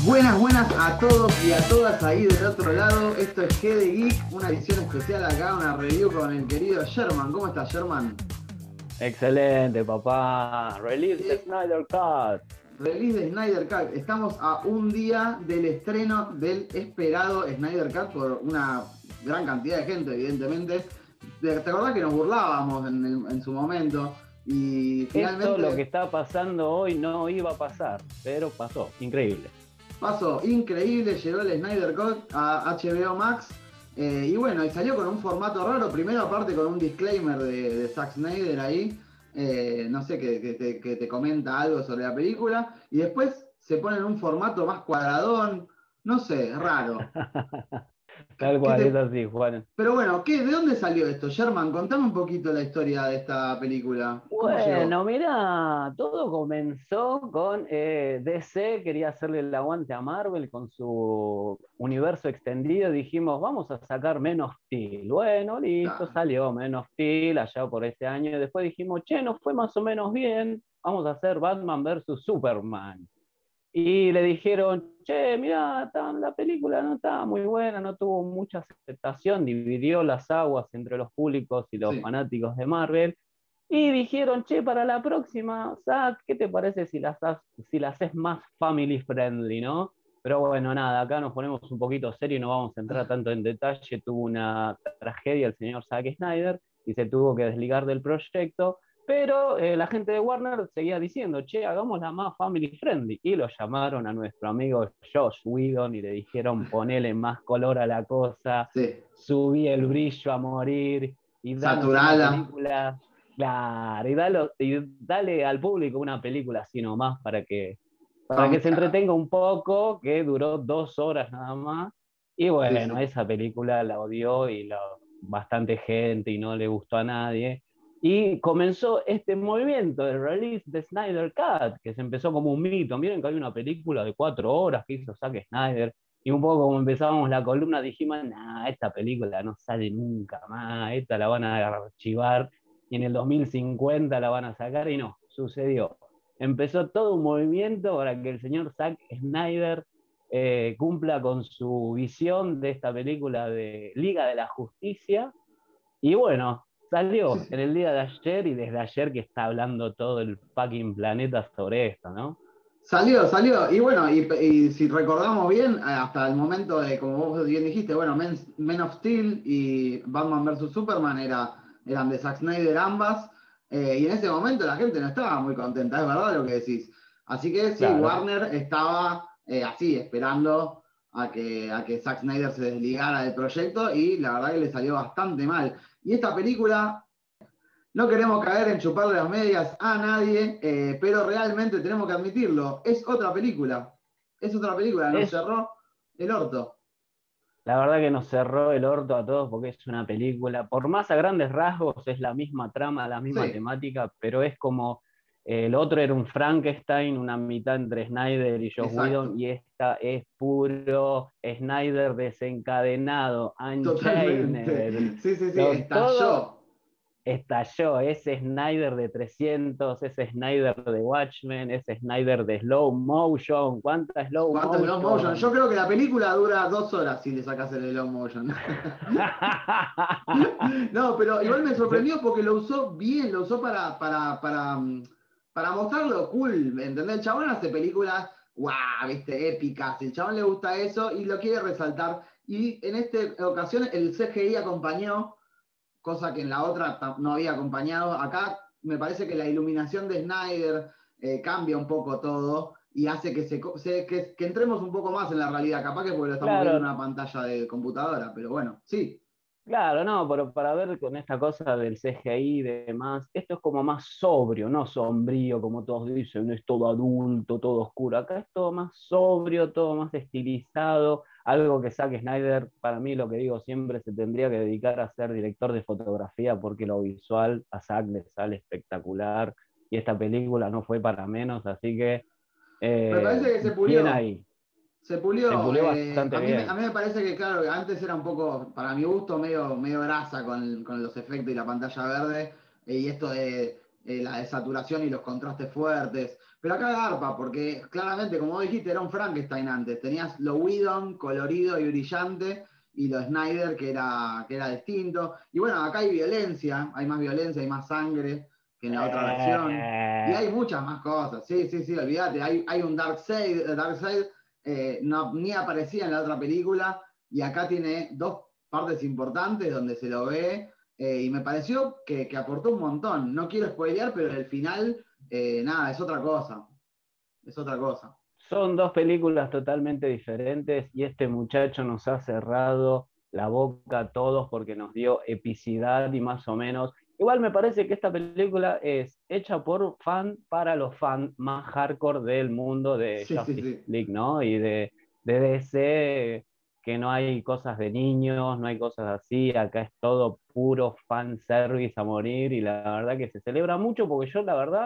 Buenas, buenas a todos y a todas ahí del otro lado. Esto es G de Geek, una edición especial acá, una review con el querido Sherman. ¿Cómo estás, Sherman? Excelente, papá. Release the Eh, Snyder Cut. Release de Snyder Cut. Estamos a un día del estreno del esperado Snyder Cut por una gran cantidad de gente, evidentemente. ¿Te acordás que nos burlábamos en su momento? Y Esto, lo que finalmente está pasando hoy, no iba a pasar, pero pasó. Increíble. pasó increíble, llegó el Snyder Cut a HBO Max. Y bueno, y salió con un formato raro. Primero, aparte, con un disclaimer de Zack Snyder ahí. No sé, que te comenta algo sobre la película. Y después se pone en un formato más cuadradón. No sé, raro. Tal ¿Qué cual, es te... así, Juan. Pero bueno, ¿de dónde salió esto, Sherman? Contame un poquito la historia de esta película. ¿Cómo Bueno, llegó? mira, todo comenzó con DC, quería hacerle el aguante a Marvel con su universo extendido. Dijimos, vamos a sacar Man of Steel. Bueno, listo, Claro. salió Man of Steel allá por ese año. Después dijimos, che, nos fue más o menos bien. Vamos a hacer Batman versus Superman. Y le dijeron, che, mira, la película no estaba muy buena, no tuvo mucha aceptación, dividió las aguas entre los públicos y los Sí. fanáticos de Marvel. Y dijeron, che, para la próxima, Zack, ¿qué te parece si la haces más family friendly, no? Pero bueno, nada, acá nos ponemos un poquito serio y no vamos a entrar tanto en detalle. Tuvo una tragedia el señor Zack Snyder y se tuvo que desligar del proyecto. Pero la gente de Warner seguía diciendo, che, hagámosla más family friendly. Y lo llamaron a nuestro amigo Josh Whedon y le dijeron, ponele más color a la cosa, Sí. subí el brillo a morir y danos una Saturada. película, claro, y dale al público una película así nomás para que se Familiar. entretenga un poco, que duró 2 horas nada más. Y Sí, bueno, sí. esa película la odió bastante gente y no le gustó a nadie. Y comenzó este movimiento de release de Snyder Cut, que se empezó como un mito. Miren que hay una película de 4 horas que hizo Zack Snyder, y un poco como empezábamos la columna, dijimos, nah, esta película no sale nunca más, esta la van a archivar y en el 2050 la van a sacar, y no, sucedió. Empezó todo un movimiento para que el señor Zack Snyder cumpla con su visión de esta película de Liga de la Justicia, y bueno, Sí, salió sí. en el día de ayer y desde ayer que está hablando todo el fucking planeta sobre esto, ¿no? Salió, salió. Y bueno, y si recordamos bien, hasta el momento de, como vos bien dijiste, bueno, Man of Steel y Batman vs. Superman eran de Zack Snyder ambas. Y en ese momento la gente no estaba muy contenta, es verdad lo que decís. Así que sí, Claro. Warner estaba así, esperando a que Zack Snyder se desligara del proyecto y la verdad que le salió bastante mal. Y esta película, no queremos caer en chuparle las medias a nadie, pero realmente tenemos que admitirlo. Es otra película. Es otra película. Nos Es cerró el orto. la verdad que nos cerró el orto a todos porque es una película, por más a grandes rasgos, es la misma trama, la misma Sí, temática, pero es como el otro era un Frankenstein, una mitad entre Snyder y Joss Whedon, exacto. y esta es puro Snyder desencadenado, Unchained, Totalmente. Sí, sí, sí. todo Estalló. estalló. Ese Snyder de 300, ese Snyder de Watchmen, ese Snyder de slow motion. ¿Cuánta slow ¿Cuánto slow motion? Yo motion? creo que la película dura 2 horas si le sacas el slow motion. No, pero igual me sorprendió porque lo usó bien, lo usó para mostrarlo cool, ¿entendés? El chabón hace películas, guau, viste, épicas, el chabón le gusta eso y lo quiere resaltar. Y en esta ocasión el CGI acompañó, cosa que en la otra no había acompañado. Acá me parece que la iluminación de Snyder cambia un poco todo y hace que entremos un poco más en la realidad, capaz que porque lo estamos viendo en Claro, una pantalla de computadora, pero bueno, sí. claro, no, pero para ver con esta cosa del CGI y demás, esto es como más sobrio, no sombrío, como todos dicen, es todo adulto, todo oscuro. Acá es todo más sobrio, todo más estilizado, algo que Zack Snyder, para mí lo que digo siempre, se tendría que dedicar a ser director de fotografía porque lo visual a Zack le sale espectacular y esta película no fue para menos, así que Me parece que se bien pulió. ahí, Se se pulió. pulió bastante A bien. mí me parece que, claro, antes era un poco, para mi gusto, medio grasa con los efectos y la pantalla verde. Y esto la desaturación y los contrastes fuertes. Pero acá garpa, porque claramente, como vos dijiste, era un Frankenstein antes. Tenías lo Whedon, colorido y brillante, y lo Snyder, que era distinto. Y bueno, acá hay violencia, hay más violencia, hay más sangre que en la otra versión. Y hay muchas más cosas. Sí, sí, sí, olvídate. Hay un Darkseid no, ni aparecía en la otra película, y acá tiene dos partes importantes donde se lo ve, y me pareció que aportó un montón. No quiero spoilear, pero el final, nada, es otra cosa. Es otra cosa. Son dos películas totalmente diferentes y este muchacho nos ha cerrado la boca a todos porque nos dio epicidad y más o menos. Igual me parece que esta película es hecha por fan para los fans más hardcore del mundo de Sí, sí, Justice sí. League, ¿no? Y de DC, que no hay cosas de niños, no hay cosas así, acá es todo puro fan service a morir y la verdad que se celebra mucho porque yo la verdad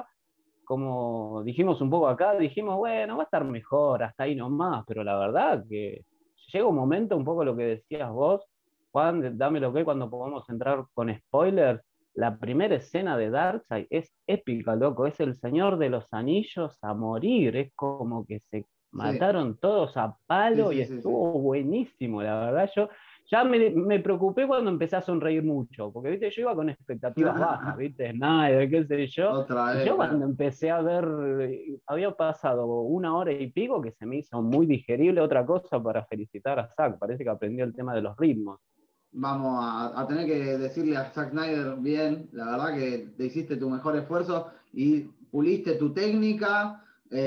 como dijimos un poco acá, dijimos, bueno, va a estar mejor, hasta ahí nomás, pero la verdad que llega un momento, un poco lo que decías vos, Juan, dame lo que cuando podamos entrar con spoilers, la primera escena de Darkseid es épica, loco, es el Señor de los Anillos a morir, es como que se Sí, mataron todos a sí, palo y sí, sí, sí. estuvo buenísimo, la verdad, yo ya me preocupé cuando empecé a sonreír mucho, porque viste, yo iba con expectativas bajas, viste, Snyder, qué sé yo, Otra y vez, yo claro. cuando empecé a ver, había pasado una hora y pico que se me hizo muy digerible. Otra cosa para felicitar a Zack, parece que aprendió el tema de los ritmos. Vamos a tener que decirle a Zack Snyder bien, la verdad que te hiciste tu mejor esfuerzo y puliste tu técnica,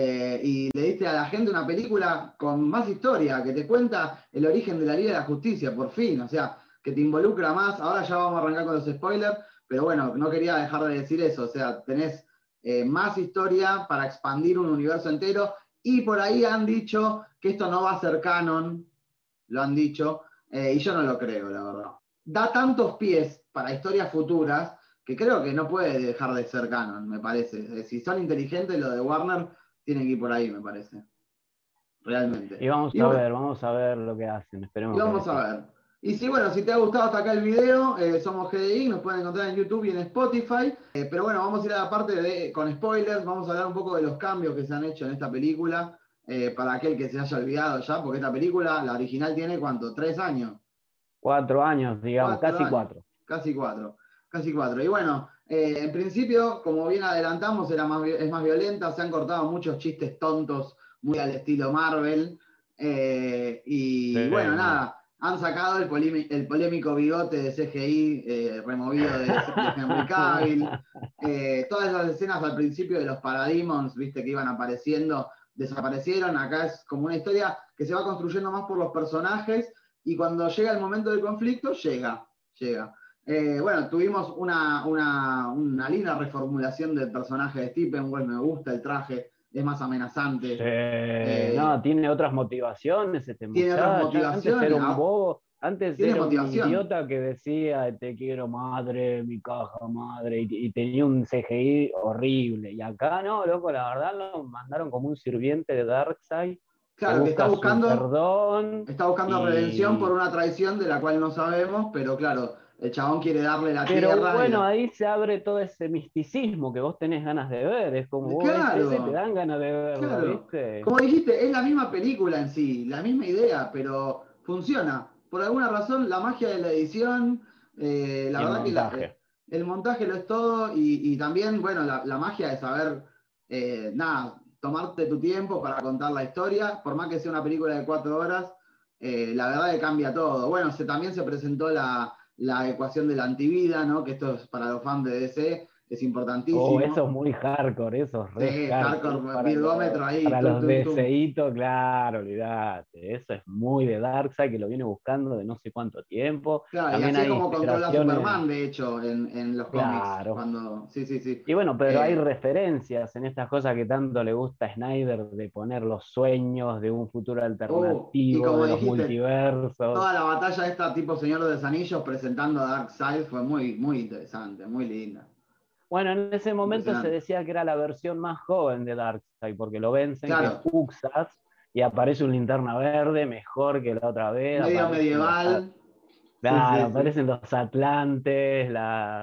y le diste a la gente una película con más historia, que te cuenta el origen de la Liga de la Justicia, por fin, o sea, que te involucra más. Ahora ya vamos a arrancar con los spoilers, pero bueno, no quería dejar de decir eso, o sea, tenés más historia para expandir un universo entero, y por ahí han dicho que esto no va a ser canon, lo han dicho, y yo no lo creo, la verdad. Da tantos pies para historias futuras que creo que no puede dejar de ser canon, me parece. Si son inteligentes, lo de Warner tienen que ir por ahí, me parece. Realmente. Y Y bueno, vamos a ver lo que hacen, y esperemos que vamos a sí. ver. Y si, bueno, si te ha gustado hasta acá el video, somos GDI, nos pueden encontrar en YouTube y en Spotify. Pero bueno, vamos a ir a la parte con spoilers, vamos a hablar un poco de los cambios que se han hecho en esta película, para aquel que se haya olvidado ya, porque esta película, la original, tiene ¿cuánto? 3 años. 4 años, digamos, 4 años, casi 4. casi 4, casi 4. Y bueno, en principio, como bien adelantamos, es más violenta, se han cortado muchos chistes tontos, muy al estilo Marvel. Sí, Y bueno, mal. nada, han sacado el polémico bigote de CGI, removido de Henry Cavill. Todas esas escenas al principio de los Parademons, viste, que iban apareciendo, desaparecieron. Acá es como una historia que se va construyendo más por los personajes, y cuando llega el momento del conflicto, llega. Bueno, tuvimos una linda reformulación del personaje de Steppenwolf, me gusta el traje, es más Sí, amenazante, no, tiene otras motivaciones este tiene otras muchacho. Antes era motivaciones, un bobo, antes tiene era un motivación. idiota que decía te quiero madre, mi caja madre, y tenía un CGI horrible. Y acá no, loco, la verdad lo mandaron como un sirviente de Darkseid que Claro, que busca su perdón está buscando redención por y una traición de la cual no sabemos, pero claro, el chabón quiere darle la pero tierra y bueno, la... ahí se abre todo ese misticismo que vos tenés ganas de ver. Es como vos ves ese y te Claro, dan ganas de verlo, claro. ¿viste? Como dijiste, es la misma película en sí, la misma idea, pero funciona. Por alguna razón, la magia de la edición, la Y el verdad que montaje. el montaje lo es todo, y también, bueno, la magia de saber, nada, tomarte tu tiempo para contar la historia, por más que sea una película de 4 horas, la verdad que cambia todo. Bueno, también se presentó la ecuación de la antivida, ¿no? Que esto es para los fans de DC, es Oh, eso es importantísimo. muy hardcore, eso es re Sí, hardcore. Eso hardcore, virgómetro ahí, para tum, los tum, tum. deseitos, claro, olvídate. Eso es muy de Darkseid, que lo viene buscando de no sé cuánto tiempo. Claro, y También así es hay como controla a inspiraciones, Superman, de hecho, en los cómics. claro. Cuando. Sí, sí, sí. Y bueno, pero hay Eh, referencias en estas cosas que tanto le gusta a Snyder, de poner los sueños de un futuro y alternativo, como de los dijiste, multiversos. toda la batalla esta tipo Señor de los Anillos presentando a Darkseid fue muy, muy interesante, muy linda. Bueno, en ese momento se Impresionante. decía que era la versión más joven de Darkseid, porque lo vencen, que es Claro, Uxas, y aparece un linterna verde mejor que la otra vez, medio aparecen medieval. Sí, claro, sí, sí. aparecen los Atlantes,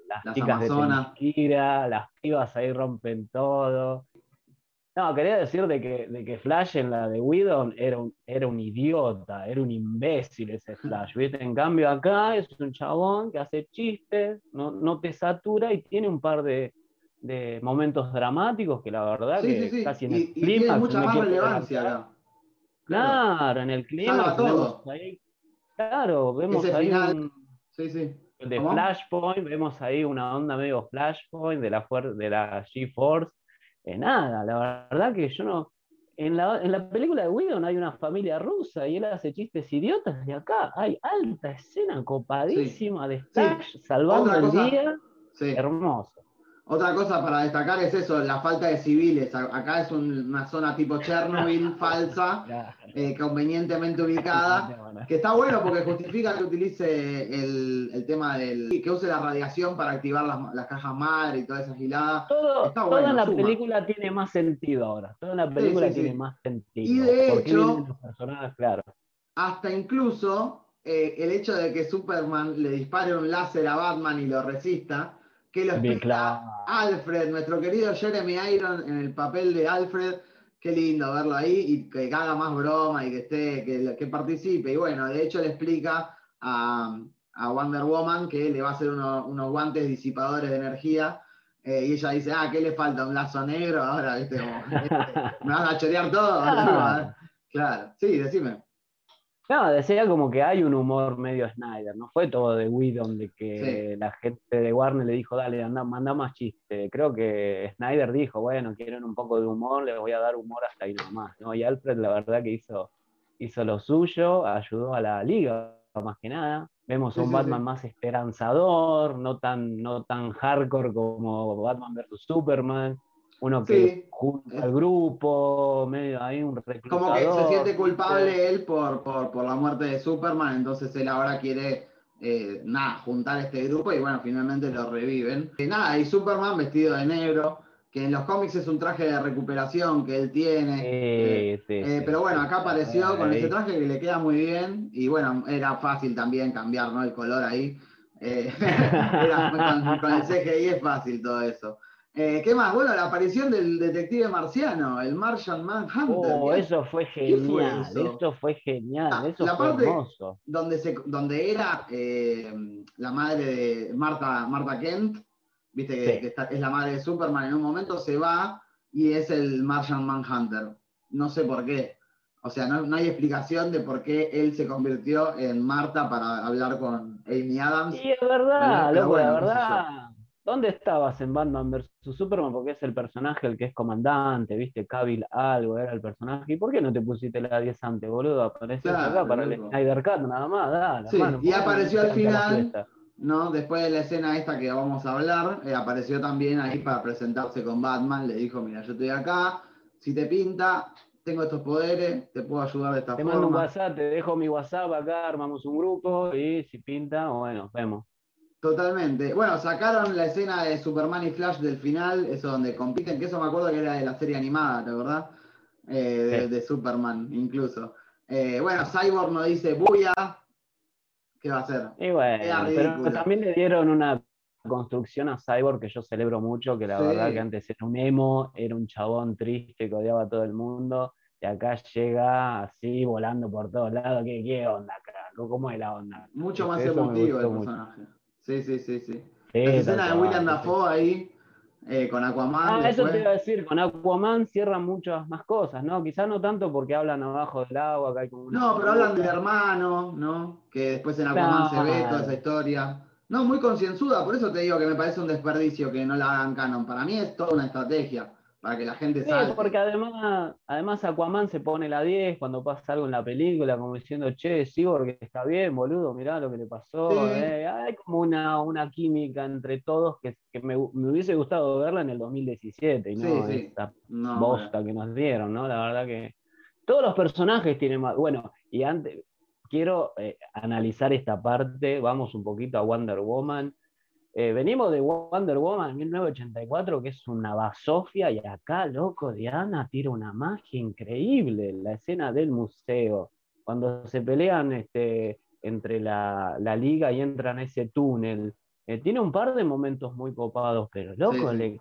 las las chicas de Amazonas. Themyscira, las pibas ahí rompen todo. No, quería decir de que Flash en la de Whedon era un idiota, era un imbécil ese Flash, ¿viste? En cambio acá es un chabón que hace chistes, no te satura y tiene un par de momentos dramáticos que la verdad Sí, sí, que sí. casi en el Y tiene clímax, no mucha me más quiero relevancia adelantar. acá. Claro. Claro, en el Salva clímax vemos todo. ahí, claro, vemos Ese ahí final. Sí, sí. de ¿Cómo? Flashpoint, vemos ahí una onda medio Flashpoint de la G-Force. Nada, la verdad que yo no. En la película de Whedon hay una familia rusa y él hace chistes idiotas y acá hay alta escena Sí. copadísima de Sí. Flash salvando Otra el cosa. día. Sí. Hermoso. Otra cosa para destacar es eso, la falta de civiles. Acá es una zona tipo Chernobyl, falsa, Claro, convenientemente no ubicada, tengo nada. que está bueno porque justifica que utilice el tema que use la radiación para activar las cajas madre y toda esa gilada. Está Todo en bueno, la suma. película tiene más sentido ahora. Todo en la Sí, sí, película tiene sí. más Y sentido. de ¿Por qué vienen hecho, los personajes? Claro. hasta incluso el hecho de que Superman le dispare un láser a Batman y lo resista, que lo explica Claro. Alfred, nuestro querido Jeremy Irons en el papel de Alfred. Qué lindo verlo ahí y que haga más broma y que esté, que participe. Y bueno, de hecho le explica a Wonder Woman que le va a hacer unos guantes disipadores de energía. Y ella dice, ¿qué le falta? ¿Un lazo negro? Ahora, viste, como, me vas a chorear todo. Claro. Claro, sí, decime. No, decía como que hay un humor medio Snyder, no fue todo de Whedon, de Sí. que la gente de Warner le dijo, dale, anda, manda más chiste. Creo que Snyder dijo, bueno, quieren un poco de humor, les voy a dar humor hasta ahí nomás, ¿no? Y Alfred, la verdad que hizo lo suyo, ayudó a la liga, más que nada. Vemos a Sí, un sí, Batman sí. más esperanzador, no tan hardcore como Batman versus Superman, uno que Sí. junta al Es grupo, medio ahí un como que se reclutador, siente ¿viste? culpable él por la muerte de Superman, entonces él ahora quiere, nada, juntar este grupo y bueno, finalmente lo reviven. Nada, y Superman vestido de negro, que en los cómics es un traje de recuperación que él tiene. Sí, sí, sí, Pero bueno, sí. acá apareció con ese Ahí. traje que le queda muy bien y bueno, era fácil también cambiar, ¿no? El color ahí. Era, con el CGI es fácil todo eso. ¿Qué más? Bueno, la aparición del detective marciano, el Martian Manhunter. Eso fue ¿Qué fue genial, eso? eso fue genial, eso La fue parte hermoso. donde era la madre de Marta Kent, viste que Sí. es la madre de Superman, en un momento se va y es el Martian Manhunter. No sé por qué. O sea, no hay explicación de por qué él se convirtió en Marta para hablar con Amy Adams. Y es verdad, Pero loco, la bueno, qué sé yo. verdad. ¿Dónde estabas en Batman versus Superman? Porque es el personaje el que es comandante, ¿viste? Cavill algo era el personaje. ¿Y por qué no te pusiste la 10 antes, boludo? Apareces acá Claro, para el loco. Snyder Cut nada más, dale, Sí, hermano. y ¿Por qué no apareció al viniste antes a la final, fiesta? ¿no? Después de la escena esta que vamos a hablar, apareció también ahí para presentarse con Batman. Le dijo, mira, yo estoy acá, si te pinta, tengo estos poderes, te puedo ayudar de esta Te mando un forma. WhatsApp, te dejo mi WhatsApp acá, armamos un grupo y si pinta, bueno, vemos. Totalmente. Bueno, sacaron la escena de Superman y Flash del final, eso donde compiten, que eso me acuerdo que era de la serie animada, ¿te acordás? Sí. De Superman, incluso. Bueno, Cyborg nos dice, Buya, ¿qué va a hacer? Y Queda bueno, pero ridículo. también le dieron una construcción a Cyborg que yo celebro mucho, que la verdad que Sí. antes era un emo, era un chabón triste que odiaba a todo el mundo, y acá llega así volando por todos lados. ¿Qué onda acá? ¿Cómo es la onda acá? Mucho más ¿Viste? Eso me emotivo el gustó mucho. personaje. Sí, sí, sí, sí. Las Sí, tal escenas de William cual. Dafoe ahí, con Aquaman Eso te después. iba a decir, con Aquaman cierran muchas más cosas, ¿no? Quizás no tanto porque hablan abajo del agua, que hay como una No, pero hablan del burbuja. hermano, ¿no? Que después en Aquaman se ve toda esa Claro. historia. No, muy concienzuda, por eso te digo que me parece un desperdicio que no la hagan canon. Para mí es toda una estrategia, para que la gente Sí, porque salte. además Aquaman se pone la 10 cuando pasa algo en la película, como diciendo, che, Cyborg está bien, boludo, mirá lo que le pasó. Sí, Hay como una química entre todos que me hubiese gustado verla en el 2017 y sí, no sí. esta No, bueno. bosta que nos dieron, ¿no? La verdad que todos los personajes tienen más. Bueno, y antes quiero analizar esta parte, vamos un poquito a Wonder Woman. Venimos de Wonder Woman 1984, que es una basofia, y acá, loco, Diana tira una magia increíble. La escena del museo, cuando se pelean entre la liga y entran a ese túnel, tiene un par de momentos muy copados, pero loco, Sí.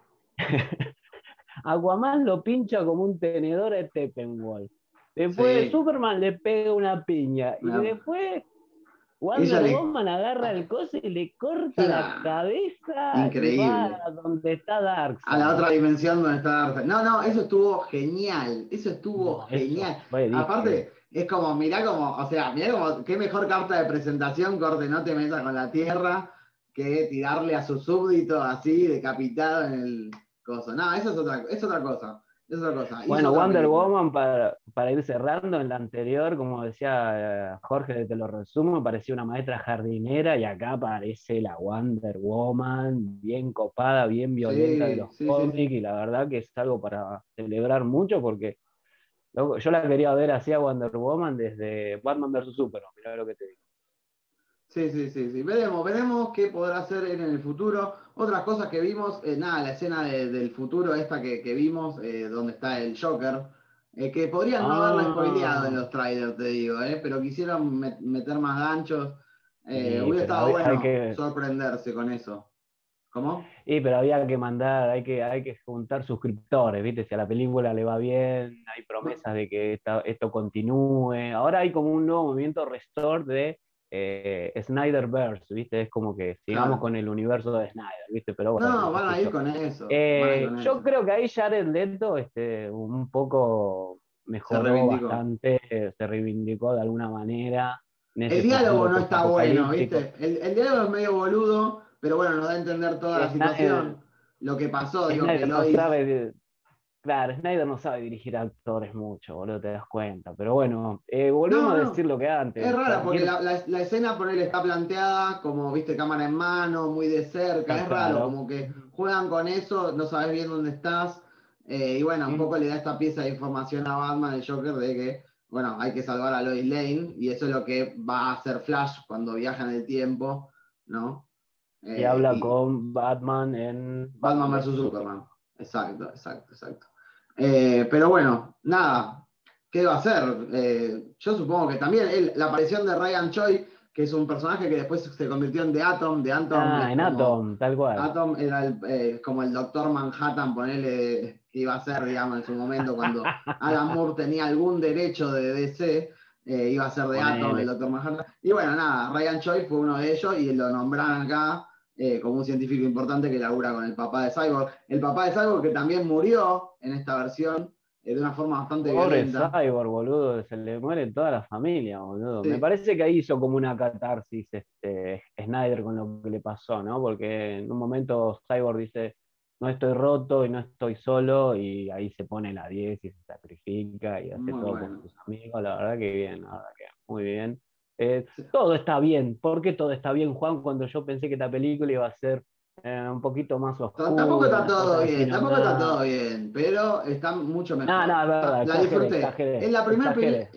Aquaman lo pincha como un tenedor a Steppenwolf. Después Sí. Superman le pega una piña. Y Una- después Ella Wonder le. Woman agarra el coso y le corta la ¡Cla! cabeza y va Increíble. a donde está A la Darkseid. otra dimensión donde está Darkseid. No, no, eso estuvo genial. Eso estuvo No, eso genial. fue dije. Aparte, es como, mirá como, o sea, mirá como, qué mejor carta de presentación, corte, no te metas con la tierra, que tirarle a su súbdito así, decapitado en el coso. No, eso es otra cosa. Es otra cosa. Hizo Bueno, otra Wonder película. Woman, para ir cerrando, en la anterior, como decía Jorge, te lo resumo, parecía una maestra jardinera y acá aparece la Wonder Woman, bien copada, bien violenta de Sí, los sí, sí, cómics, sí. y la verdad que es algo para celebrar mucho porque loco, yo la quería ver así a Wonder Woman desde Batman vs Superman, mirá lo que te digo. Sí, sí, sí, sí. Veremos, veremos qué podrá hacer él en el futuro. Otras cosas que vimos, nada, la escena del futuro, esta que vimos, donde está el Joker, que podrían no haberla spoileado en Ah, los trailers, te digo, pero quisieron meter más ganchos. sí, Hubiera pero estado hay bueno que, sorprenderse con eso. ¿Cómo? pero había que mandar, hay que juntar suscriptores, ¿viste? Si a la película le va bien, hay promesas de que esto continúe. Ahora hay como un nuevo movimiento restore de Snyderverse, ¿viste? Es como que sigamos Claro. con el universo de Snyder, ¿viste? Pero bueno, No, qué van sé a ir yo. con eso, van a ir con Yo eso. creo que ahí Jared Leto un poco Se mejoró reivindicó. bastante, se reivindicó de alguna manera en El ese diálogo futuro no está bueno, post-apocalíptico. ¿viste? El diálogo es medio boludo, pero bueno, nos da a entender toda Y la situación. Lo que pasó, digo, que Snyder no Lois. sabe. Claro, Snyder no sabe dirigir actores mucho, boludo, te das cuenta. Pero bueno, No, volvemos a decir no. lo que Es antes. rara porque Cualquier. la escena por él está planteada como, viste, cámara en mano, muy de cerca. Está Es raro, claro. como que juegan con eso, no sabes bien dónde estás. Y bueno, un Ujú. poco le da esta pieza de información a Batman, el Joker, de que, bueno, hay que salvar a Lois Lane. Y eso es lo que va a hacer Flash cuando viaja en el tiempo, ¿no? Y habla Y con Batman en Batman Batman versus vs Superman. Superman. Exacto, exacto, exacto. Pero bueno, nada, ¿qué va a hacer? Yo supongo que también la aparición de Ryan Choi, que es un personaje que después se convirtió en The Atom. The Atom Ah, es en como. Atom, tal cual. Atom era como el Doctor Manhattan, ponele, que iba a ser, digamos, en su momento, cuando Alan Moore tenía algún derecho de DC, iba a ser de Atom, el Ponele. Doctor Manhattan. Y bueno, nada, Ryan Choi fue uno de ellos y lo nombraron acá como un científico importante que labura con el papá de Cyborg. El papá de Cyborg que también murió en esta versión de una forma bastante Pobre violenta. Cyborg, boludo, se le muere toda la familia, boludo. Me Sí, parece que ahí hizo como una catarsis Snyder con lo que le pasó, ¿no? Porque en un momento Cyborg dice, no estoy roto y no estoy solo, y ahí se pone la 10 y se sacrifica y hace muy todo por bueno. sus amigos. La verdad que bien, la verdad que muy bien. Sí. Todo está bien. ¿Por qué todo está bien, Juan? Cuando yo pensé que esta película iba a ser un poquito más Tampoco oscura, está una cosa todo así, bien, no, tampoco está no. todo bien, pero está mucho No, no, mejor. es verdad, La exageré, disfruté. Es exageré, la primera exageré.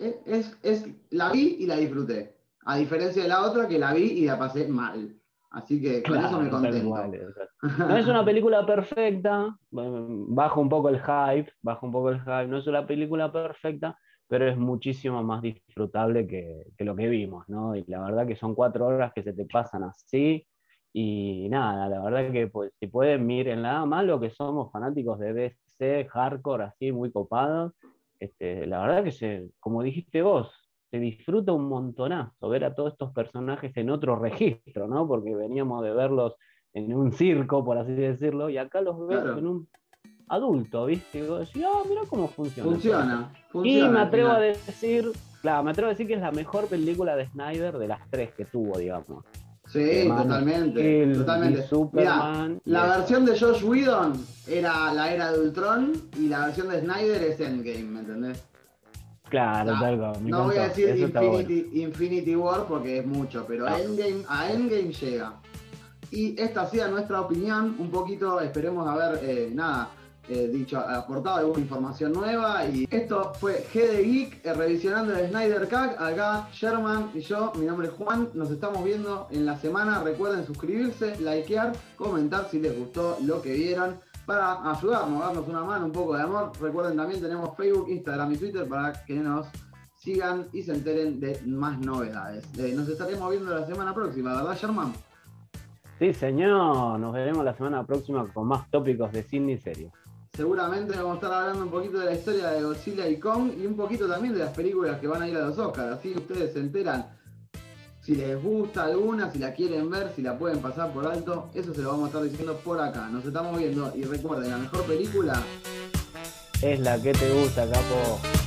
la vi y la disfruté. A diferencia de la otra que la vi y la pasé mal. Así que con eso me Claro, tal cual. contento. No es una película perfecta, baja un poco el hype, baja un poco el hype, no es una película perfecta, pero es muchísimo más disfrutable que lo que vimos, ¿no? Y la verdad que son 4 horas que se te pasan así, y nada, la verdad que pues, si pueden, miren nada más lo que somos fanáticos de DC, hardcore, así, muy copados, la verdad que como dijiste vos, se disfruta un montonazo ver a todos estos personajes en otro registro, ¿no? Porque veníamos de verlos en un circo, por así decirlo, y acá los ves en Claro, un adulto, ¿viste? Y vos decís, ah, mira cómo funciona todo esto. funciona, Y funciona al final. me atrevo a decir que es la mejor película de Snyder de las 3 que tuvo, digamos. Sí, Man of totalmente, Steel, y totalmente. Mira, Superman y la esta. versión de Josh Whedon era la era de Ultron y la versión de Snyder es Endgame, ¿me entendés? O Claro, sea, tal cual, me no voy a encantó, decir eso está bueno. Infinity War porque es mucho, pero No, A Endgame llega. Y esta ha sido nuestra opinión, un poquito, esperemos haber, dicho, aportado alguna información nueva. Y esto fue G de Geek, revisionando el Snyder Cut. Acá Sherman y yo, mi nombre es Juan, nos estamos viendo en la semana. Recuerden suscribirse, likear, comentar si les gustó lo que vieron, para ayudarnos, darnos una mano, un poco de amor. Recuerden también tenemos Facebook, Instagram y Twitter para que nos sigan y se enteren de más novedades. Nos estaremos viendo la semana próxima, ¿verdad, Sherman? Sí, señor. Nos veremos la semana próxima con más tópicos de cine y series. Seguramente vamos a estar hablando un poquito de la historia de Godzilla y Kong y un poquito también de las películas que van a ir a los Oscars. Así ustedes se enteran si les gusta alguna, si la quieren ver, si la pueden pasar por alto. Eso se lo vamos a estar diciendo por acá. Nos estamos viendo y recuerden, la mejor película es la que te gusta, capo.